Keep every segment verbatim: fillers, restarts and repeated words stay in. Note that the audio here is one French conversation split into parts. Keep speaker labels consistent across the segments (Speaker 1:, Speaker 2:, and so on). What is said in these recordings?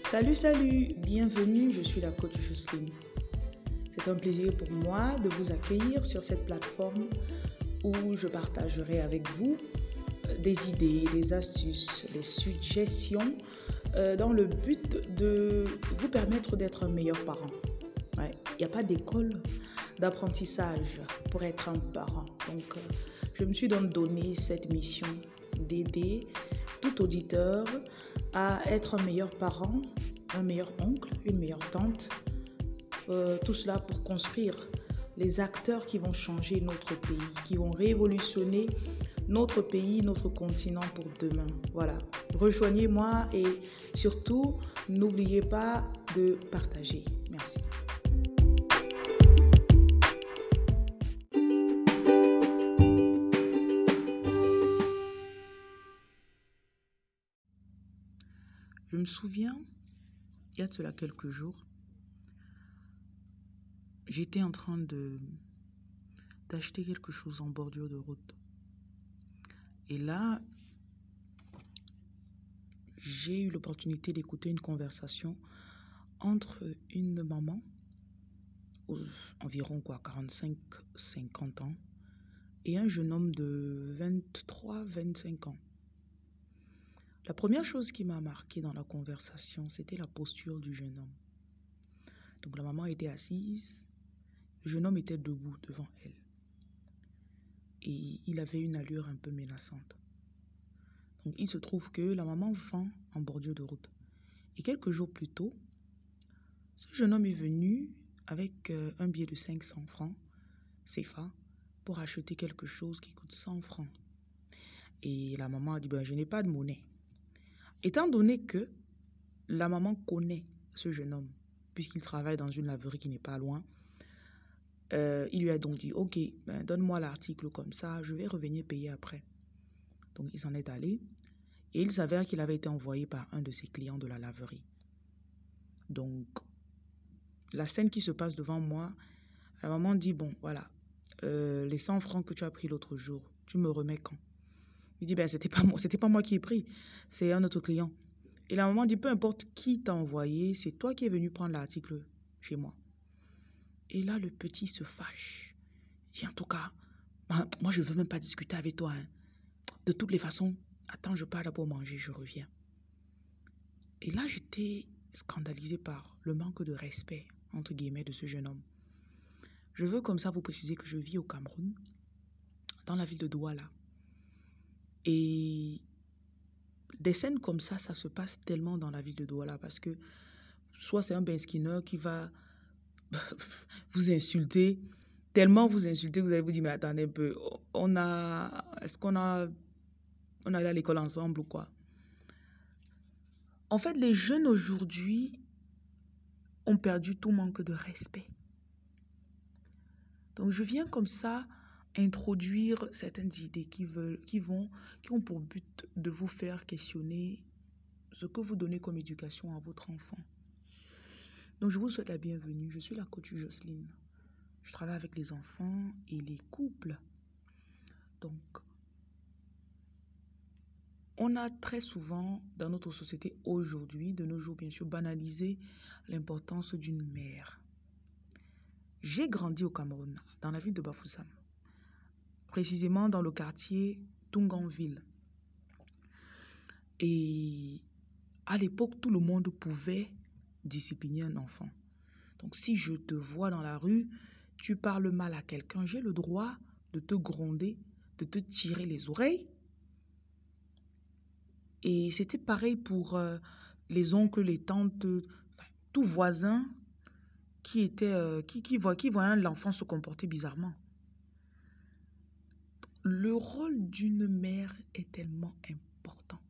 Speaker 1: Salut, salut, bienvenue, je suis la coach Jocelyne. C'est un plaisir pour moi de vous accueillir sur cette plateforme où je partagerai avec vous des idées, des astuces, des suggestions euh, dans le but de vous permettre d'être un meilleur parent. Ouais, il n'y a pas d'école d'apprentissage pour être un parent. Donc, euh, je me suis donc donné cette mission d'aider tout auditeur à être un meilleur parent, un meilleur oncle, une meilleure tante. Euh, tout cela pour construire les acteurs qui vont changer notre pays, qui vont révolutionner notre pays, notre continent pour demain. Voilà. Rejoignez-moi et surtout, n'oubliez pas de partager. Merci. Je me souviens, il y a de cela quelques jours, j'étais en train de d'acheter quelque chose en bordure de route. Et là, j'ai eu l'opportunité d'écouter une conversation entre une maman, environ quoi, quarante-cinq à cinquante ans, et un jeune homme de vingt-trois à vingt-cinq ans. La première chose qui m'a marqué dans la conversation, c'était la posture du jeune homme. Donc la maman était assise, le jeune homme était debout devant elle. Et il avait une allure un peu menaçante. Donc il se trouve que la maman vend en bordure de route. Et quelques jours plus tôt, ce jeune homme est venu avec un billet de cinq cents francs C F A pour acheter quelque chose qui coûte cent francs. Et la maman a dit, ben, je n'ai pas de monnaie. Étant donné que la maman connaît ce jeune homme, puisqu'il travaille dans une laverie qui n'est pas loin, euh, il lui a donc dit, ok, ben, donne-moi l'article comme ça, je vais revenir payer après. Donc il s'en est allé et il s'avère qu'il avait été envoyé par un de ses clients de la laverie. Donc la scène qui se passe devant moi, la maman dit, bon voilà, euh, les cent francs que tu as pris l'autre jour, tu me remets quand? Il dit, ben c'était pas moi, c'était pas moi qui ai pris, c'est un autre client. Et la maman dit, peu importe qui t'a envoyé, c'est toi qui es venu prendre l'article chez moi. Et là, le petit se fâche. Il dit, en tout cas, moi je ne veux même pas discuter avec toi. Hein. De toutes les façons, attends, je pars d'abord manger, je reviens. Et là, j'étais scandalisée par le manque de respect, entre guillemets, de ce jeune homme. Je veux comme ça vous préciser que je vis au Cameroun, dans la ville de Douala. Et des scènes comme ça, ça se passe tellement dans la ville de Douala parce que soit c'est un benskineur qui va vous insulter, tellement vous insulter que vous allez vous dire, mais attendez un peu, on a, est-ce qu'on a, on allait à l'école ensemble ou quoi? En fait, les jeunes aujourd'hui ont perdu tout manque de respect. Donc, je viens comme ça introduire certaines idées qui veulent, qui vont, qui ont pour but de vous faire questionner ce que vous donnez comme éducation à votre enfant. Donc, je vous souhaite la bienvenue. Je suis la coach Jocelyne. Je travaille avec les enfants et les couples. Donc, on a très souvent, dans notre société aujourd'hui, de nos jours bien sûr, banalisé l'importance d'une mère. J'ai grandi au Cameroun, dans la ville de Bafoussam, précisément dans le quartier Tunganville. Et à l'époque, tout le monde pouvait discipliner un enfant. Donc, si je te vois dans la rue, tu parles mal à quelqu'un, j'ai le droit de te gronder, de te tirer les oreilles. Et c'était pareil pour euh, les oncles, les tantes, enfin, tout voisin qui était euh, qui, qui, voit, qui voyait l'enfant se comporter bizarrement. Le rôle d'une mère est tellement important.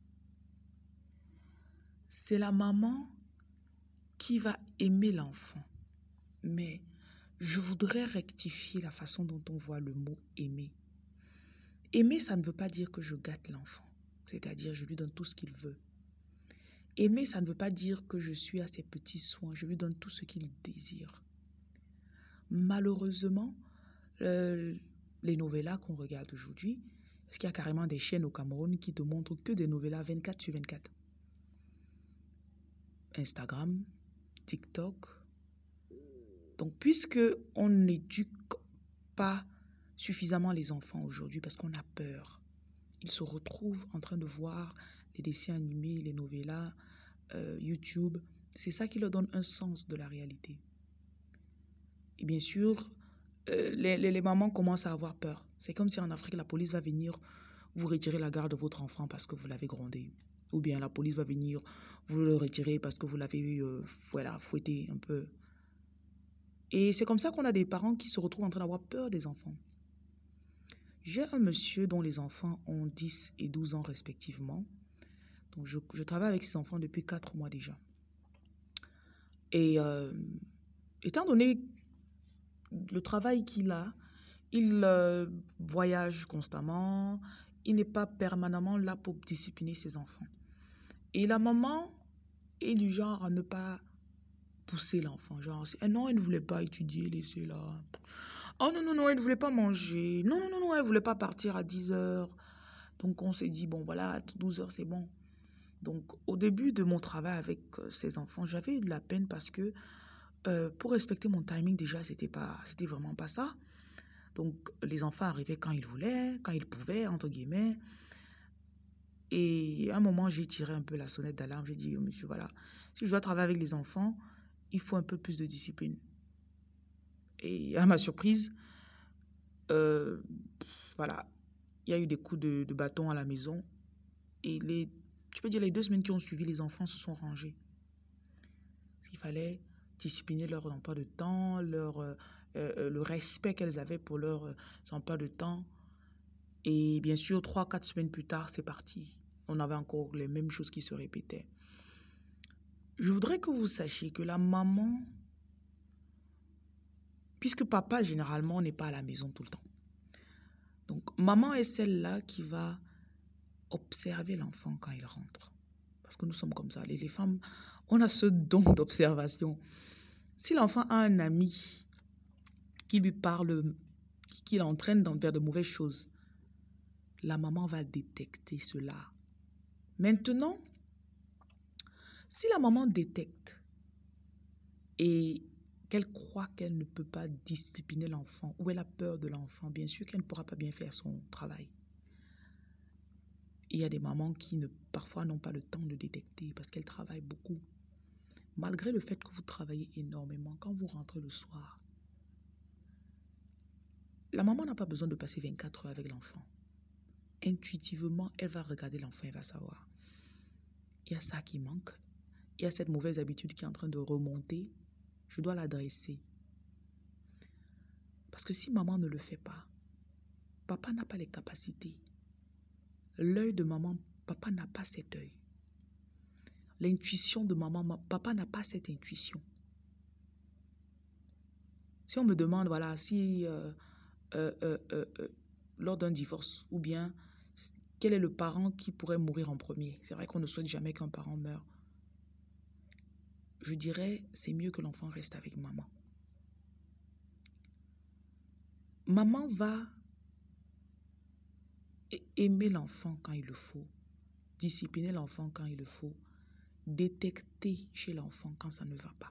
Speaker 1: C'est la maman qui va aimer l'enfant. Mais je voudrais rectifier la façon dont on voit le mot aimer. Aimer, ça ne veut pas dire que je gâte l'enfant. C'est-à-dire, je lui donne tout ce qu'il veut. Aimer, ça ne veut pas dire que je suis à ses petits soins. Je lui donne tout ce qu'il désire. Malheureusement, euh, les novellas qu'on regarde aujourd'hui, parce qu'il y a carrément des chaînes au Cameroun qui te montrent que des novellas vingt-quatre sur vingt-quatre. Instagram, TikTok. Donc, puisque on n'éduque pas suffisamment les enfants aujourd'hui parce qu'on a peur, ils se retrouvent en train de voir les dessins animés, les novellas, euh, YouTube. C'est ça qui leur donne un sens de la réalité. Et bien sûr, euh, les, les, les mamans commencent à avoir peur. C'est comme si en Afrique, la police va venir vous retirer la garde de votre enfant parce que vous l'avez grondé. Ou bien la police va venir vous le retirer parce que vous l'avez euh, voilà, fouetté un peu. Et c'est comme ça qu'on a des parents qui se retrouvent en train d'avoir peur des enfants. J'ai un monsieur dont les enfants ont dix et douze ans respectivement. Donc je, je travaille avec ces enfants depuis quatre mois déjà. Et euh, étant donné le travail qu'il a, il euh, voyage constamment, il n'est pas permanemment là pour discipliner ses enfants. Et la maman est du genre à ne pas pousser l'enfant. Genre, eh non, elle ne voulait pas étudier, laissez-la. Oh non, non, non, elle ne voulait pas manger. Non, non, non, non, elle ne voulait pas partir à dix heures. Donc on s'est dit, bon voilà, douze heures c'est bon. Donc au début de mon travail avec euh, ces enfants, j'avais eu de la peine parce que euh, pour respecter mon timing déjà, c'était pas, c'était vraiment pas ça. Donc les enfants arrivaient quand ils voulaient, quand ils pouvaient, entre guillemets. Et à un moment, j'ai tiré un peu la sonnette d'alarme. J'ai dit, oh, monsieur, voilà, si je dois travailler avec les enfants, il faut un peu plus de discipline. Et à ma surprise, euh, voilà, il y a eu des coups de, de bâton à la maison. Et les, je peux dire, les deux semaines qui ont suivi, les enfants se sont rangés. Parce qu'il fallait discipliner leur emploi de temps, leur, euh, euh, le respect qu'elles avaient pour leur euh, emploi de temps. Et bien sûr, trois, quatre semaines plus tard, c'est parti. On avait encore les mêmes choses qui se répétaient. Je voudrais que vous sachiez que la maman, puisque papa, généralement, n'est pas à la maison tout le temps. Donc, maman est celle-là qui va observer l'enfant quand il rentre. Parce que nous sommes comme ça. Les, les femmes, on a ce don d'observation. Si l'enfant a un ami qui lui parle, qui, qui l'entraîne dans, vers de mauvaises choses, la maman va détecter cela. Maintenant, si la maman détecte et qu'elle croit qu'elle ne peut pas discipliner l'enfant ou elle a peur de l'enfant, bien sûr qu'elle ne pourra pas bien faire son travail. Il y a des mamans qui ne, parfois n'ont pas le temps de détecter parce qu'elles travaillent beaucoup. Malgré le fait que vous travaillez énormément, quand vous rentrez le soir, la maman n'a pas besoin de passer vingt-quatre heures avec l'enfant. Intuitivement, elle va regarder l'enfant et va savoir. Il y a ça qui manque. Il y a cette mauvaise habitude qui est en train de remonter. Je dois l'adresser. Parce que si maman ne le fait pas, papa n'a pas les capacités. L'œil de maman, papa n'a pas cet œil. L'intuition de maman, papa n'a pas cette intuition. Si on me demande, voilà, si euh, euh, euh, euh, euh, lors d'un divorce, ou bien quel est le parent qui pourrait mourir en premier? C'est vrai qu'on ne souhaite jamais qu'un parent meure. Je dirais, c'est mieux que l'enfant reste avec maman. Maman va aimer l'enfant quand il le faut, discipliner l'enfant quand il le faut, détecter chez l'enfant quand ça ne va pas.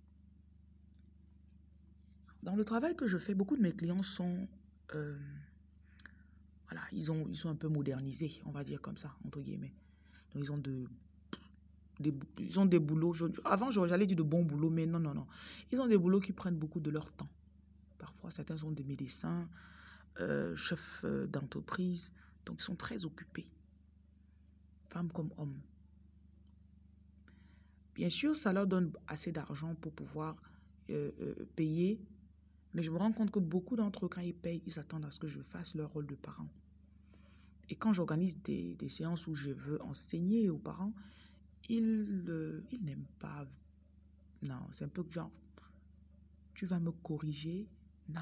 Speaker 1: Dans le travail que je fais, beaucoup de mes clients sont, euh, voilà, ils, ont, ils sont un peu modernisés, on va dire comme ça, entre guillemets. Donc ils ont de, des, ils ont des boulots, je, avant j'allais dire de bons boulots, mais non, non, non. Ils ont des boulots qui prennent beaucoup de leur temps. Parfois, certains sont des médecins, euh, chefs euh, d'entreprise, donc ils sont très occupés, femmes comme hommes. Bien sûr, ça leur donne assez d'argent pour pouvoir euh, euh, payer, mais je me rends compte que beaucoup d'entre eux, quand ils payent, ils attendent à ce que je fasse leur rôle de parent. Et quand j'organise des, des séances où je veux enseigner aux parents, ils, euh, ils n'aiment pas. Non, c'est un peu genre, tu vas me corriger? Non.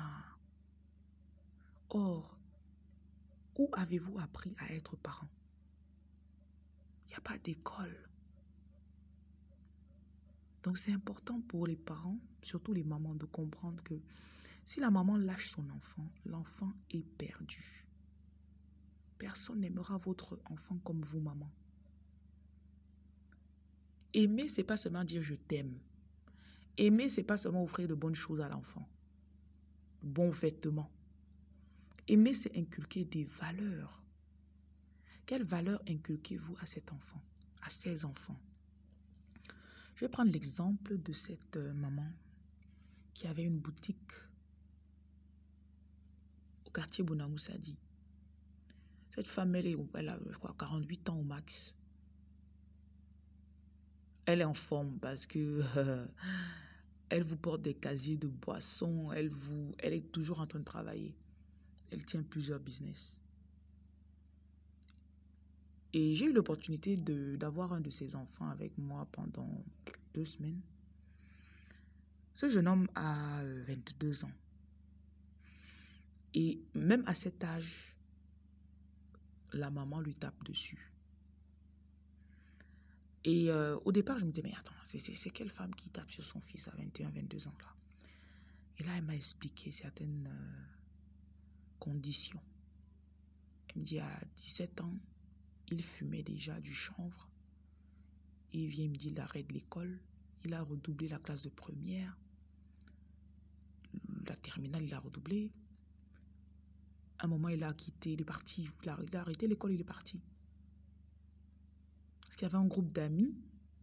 Speaker 1: Or, où avez-vous appris à être parent? Il n'y a pas d'école. Donc c'est important pour les parents, surtout les mamans, de comprendre que si la maman lâche son enfant, l'enfant est perdu. Personne n'aimera votre enfant comme vous, maman. Aimer, c'est pas seulement dire je t'aime. Aimer, c'est pas seulement offrir de bonnes choses à l'enfant, de bons vêtements. Aimer, c'est inculquer des valeurs. Quelles valeurs inculquez-vous à cet enfant, à ces enfants? Je vais prendre l'exemple de cette euh, maman qui avait une boutique au quartier Bonamoussadi. Cette femme, elle, est, elle a, je crois, quarante-huit ans au max. Elle est en forme parce que euh, elle vous porte des casiers de boissons, elle, vous, elle est toujours en train de travailler. Elle tient plusieurs business. Et j'ai eu l'opportunité d'avoir un de ses enfants avec moi pendant deux semaines. Ce jeune homme a vingt-deux ans. Et même à cet âge, la maman lui tape dessus. Et euh, au départ, je me disais, mais attends, c'est quelle femme qui tape sur son fils à vingt et un, vingt-deux ans là? Et là, elle m'a expliqué certaines euh, conditions. Elle me dit, à dix-sept ans, il fumait déjà du chanvre. Et il vient me dire, il arrête l'école. Il a redoublé la classe de première. La terminale, il a redoublé. À un moment, il a quitté, il est parti. Il a, il a arrêté l'école, il est parti. Parce qu'il y avait un groupe d'amis.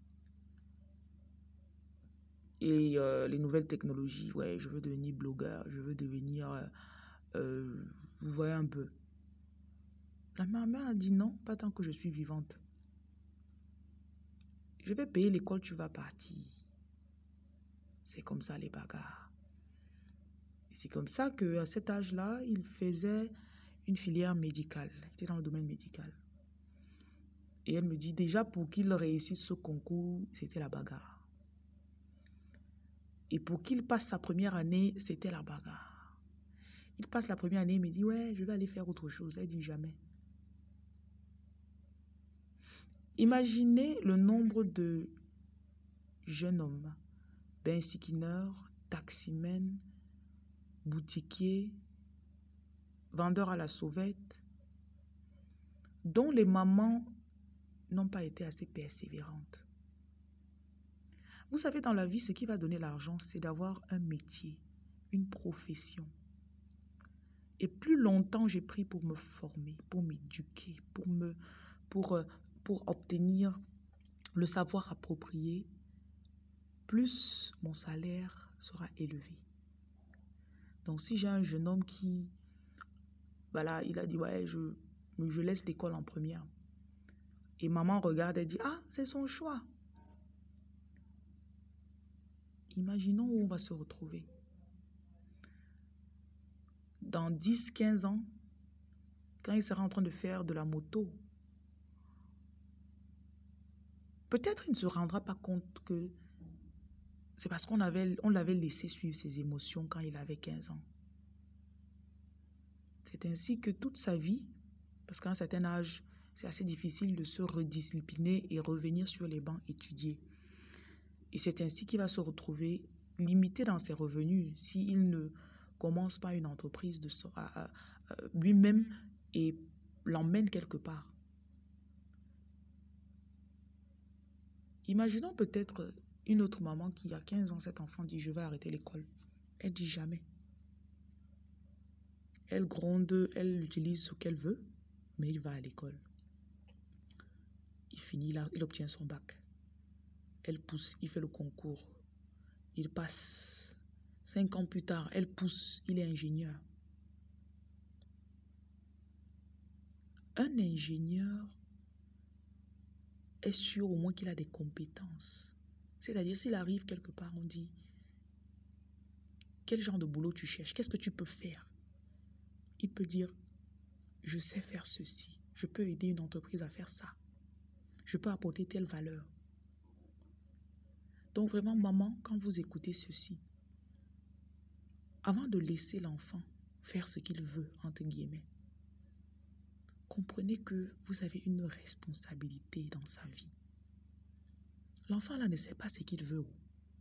Speaker 1: Et euh, les nouvelles technologies, ouais, je veux devenir blogueur, je veux devenir... Euh, euh, vous voyez un peu. La maman a dit non, pas tant que je suis vivante. Je vais payer l'école, tu vas partir. C'est comme ça les bagarres. C'est comme ça qu'à cet âge-là, il faisait une filière médicale. Il était dans le domaine médical. Et elle me dit, déjà pour qu'il réussisse ce concours, c'était la bagarre. Et pour qu'il passe sa première année, c'était la bagarre. Il passe la première année, il me dit, ouais, je vais aller faire autre chose. Elle dit jamais. Imaginez le nombre de jeunes hommes, bensikineurs, taximens, boutiquiers, vendeurs à la sauvette, dont les mamans n'ont pas été assez persévérantes. Vous savez, dans la vie, ce qui va donner l'argent, c'est d'avoir un métier, une profession. Et plus longtemps j'ai pris pour me former, pour m'éduquer, pour, me, pour, euh, pour obtenir le savoir approprié, plus mon salaire sera élevé. Donc si j'ai un jeune homme qui, voilà, il a dit, ouais, je, je laisse l'école en première. Et maman regarde et dit, ah, c'est son choix. Imaginons où on va se retrouver. Dans dix, quinze ans, quand il sera en train de faire de la moto, peut-être il ne se rendra pas compte que c'est parce qu'on avait, on l'avait laissé suivre ses émotions quand il avait quinze ans. C'est ainsi que toute sa vie, parce qu'à un certain âge, c'est assez difficile de se rediscipliner et revenir sur les bancs étudier. Et c'est ainsi qu'il va se retrouver limité dans ses revenus s'il ne commence pas une entreprise de lui-même et l'emmène quelque part. Imaginons peut-être une autre maman qui a quinze ans, cet enfant dit « je vais arrêter l'école ». Elle dit jamais. Elle gronde, elle utilise ce qu'elle veut, mais il va à l'école. Il finit, là, il obtient son bac. Elle pousse, il fait le concours. Il passe. Cinq ans plus tard, elle pousse, il est ingénieur. Un ingénieur est sûr au moins qu'il a des compétences. C'est-à-dire, s'il arrive quelque part, on dit, quel genre de boulot tu cherches? Qu'est-ce que tu peux faire? Il peut dire, je sais faire ceci. Je peux aider une entreprise à faire ça. Je peux apporter telle valeur. Donc vraiment, maman, quand vous écoutez ceci, avant de laisser l'enfant faire ce qu'il veut, entre guillemets, comprenez que vous avez une responsabilité dans sa vie. L'enfant là ne sait pas ce qu'il veut.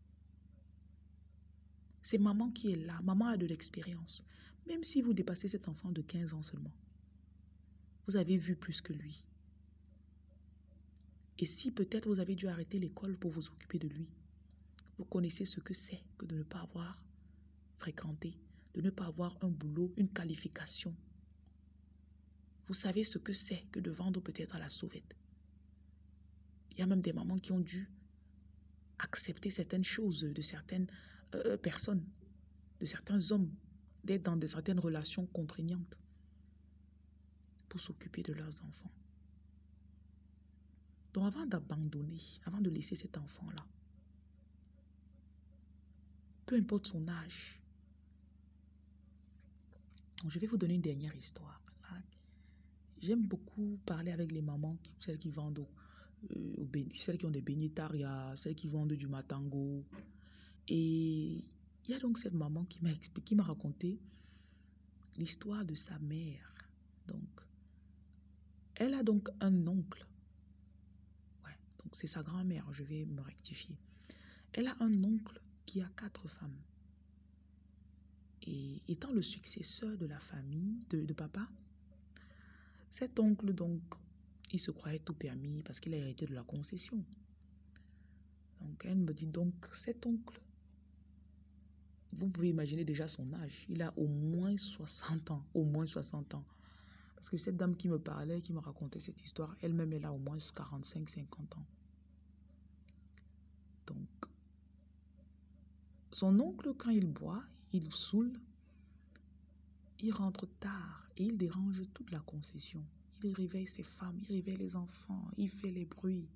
Speaker 1: C'est maman qui est là. Maman a de l'expérience. Même si vous dépassez cet enfant de quinze ans seulement, vous avez vu plus que lui. Et si peut-être vous avez dû arrêter l'école pour vous occuper de lui, vous connaissez ce que c'est que de ne pas avoir fréquenté, de ne pas avoir un boulot, une qualification. Vous savez ce que c'est que de vendre peut-être à la sauvette. Il y a même des mamans qui ont dû accepter certaines choses de certaines euh, personnes, de certains hommes, d'être dans de certaines relations contraignantes pour s'occuper de leurs enfants. Donc avant d'abandonner, avant de laisser cet enfant-là, peu importe son âge, donc je vais vous donner une dernière histoire. J'aime beaucoup parler avec les mamans, celles qui vendent, au, euh, au, celles qui ont des beignetaria, celles qui vendent du matango. Et il y a donc cette maman qui m'a expliqué, qui m'a raconté l'histoire de sa mère. Donc, elle a donc un oncle. Ouais, donc c'est sa grand-mère, je vais me rectifier. Elle a un oncle qui a quatre femmes. Et étant le successeur de la famille, de, de papa, cet oncle, donc, il se croyait tout permis parce qu'il a hérité de la concession. Donc, elle me dit donc, cet oncle, vous pouvez imaginer déjà son âge. Il a au moins soixante ans, au moins soixante ans. Parce que cette dame qui me parlait, qui me racontait cette histoire, elle-même, elle a au moins quarante-cinq cinquante ans. Donc, son oncle, quand il boit, il saoule, il rentre tard et il dérange toute la concession. Il réveille ses femmes, il réveille les enfants, il fait les bruits.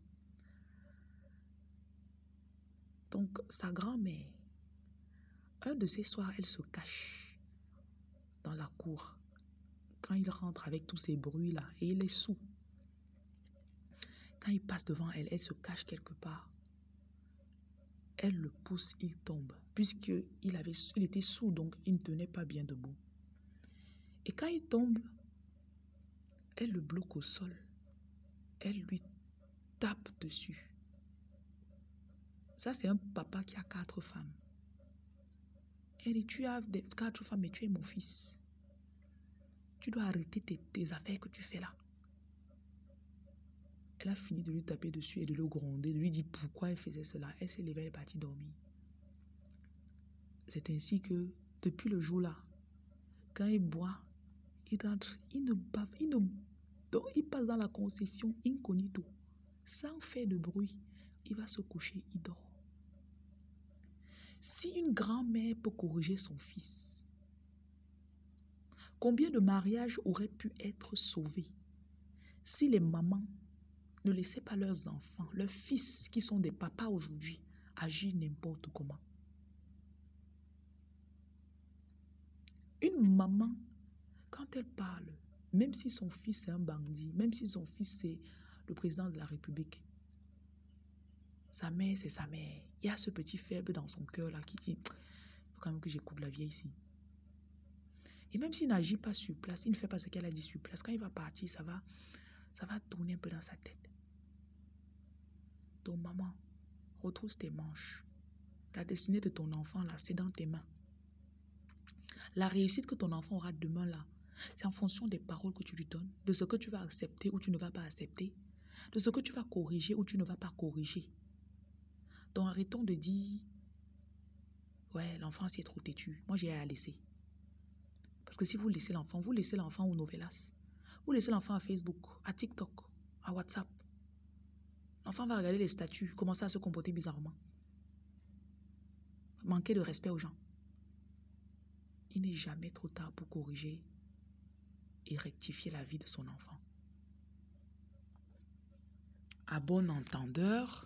Speaker 1: Donc, sa grand-mère, un de ces soirs, elle se cache dans la cour. Quand il rentre avec tous ces bruits-là, et il est saoul. Quand il passe devant elle, elle se cache quelque part. Elle le pousse, il tombe. Puisqu'il avait, il était saoul, donc il ne tenait pas bien debout. Et quand il tombe, elle le bloque au sol. Elle lui tape dessus. Ça, c'est un papa qui a quatre femmes. Elle dit, tu as des quatre femmes, mais tu es mon fils. Tu dois arrêter tes, tes affaires que tu fais là. Elle a fini de lui taper dessus et de le gronder, de lui dire pourquoi elle faisait cela. Elle s'est levée, elle est partie dormir. C'est ainsi que, depuis le jour-là, quand il boit, il rentre, il ne bave, il ne... Donc, il passe dans la concession incognito, sans faire de bruit. Il va se coucher, il dort. Si une grand-mère peut corriger son fils, combien de mariages auraient pu être sauvés si les mamans ne laissaient pas leurs enfants, leurs fils qui sont des papas aujourd'hui, agir n'importe comment? Une maman, quand elle parle, même si son fils est un bandit, même si son fils est le président de la République, sa mère, c'est sa mère. Il y a ce petit faible dans son cœur là qui dit, il faut quand même que j'écoute la vieille ici. Et même s'il n'agit pas sur place, il ne fait pas ce qu'elle a dit sur place, quand il va partir, ça va, ça va tourner un peu dans sa tête. Donc maman, retrousse tes manches. La destinée de ton enfant là, c'est dans tes mains. La réussite que ton enfant aura demain là, c'est en fonction des paroles que tu lui donnes, de ce que tu vas accepter ou tu ne vas pas accepter, de ce que tu vas corriger ou tu ne vas pas corriger. Donc arrêtons de dire, ouais, l'enfant c'est trop têtu, moi j'ai à laisser. Parce que si vous laissez l'enfant, vous laissez l'enfant aux novelas, vous laissez l'enfant à Facebook, à TikTok, à WhatsApp. L'enfant va regarder les statuts, commencer à se comporter bizarrement. Manquer de respect aux gens. Il n'est jamais trop tard pour corriger et rectifier la vie de son enfant. À bon entendeur,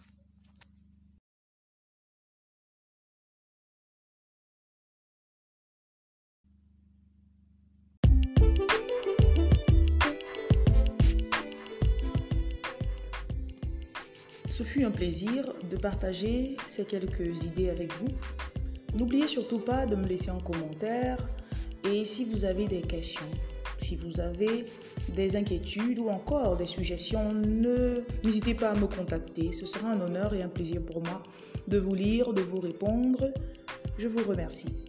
Speaker 1: ce fut un plaisir de partager ces quelques idées avec vous. N'oubliez surtout pas de me laisser un commentaire et si vous avez des questions, si vous avez des inquiétudes ou encore des suggestions, ne, n'hésitez pas à me contacter. Ce sera un honneur et un plaisir pour moi de vous lire, de vous répondre. Je vous remercie.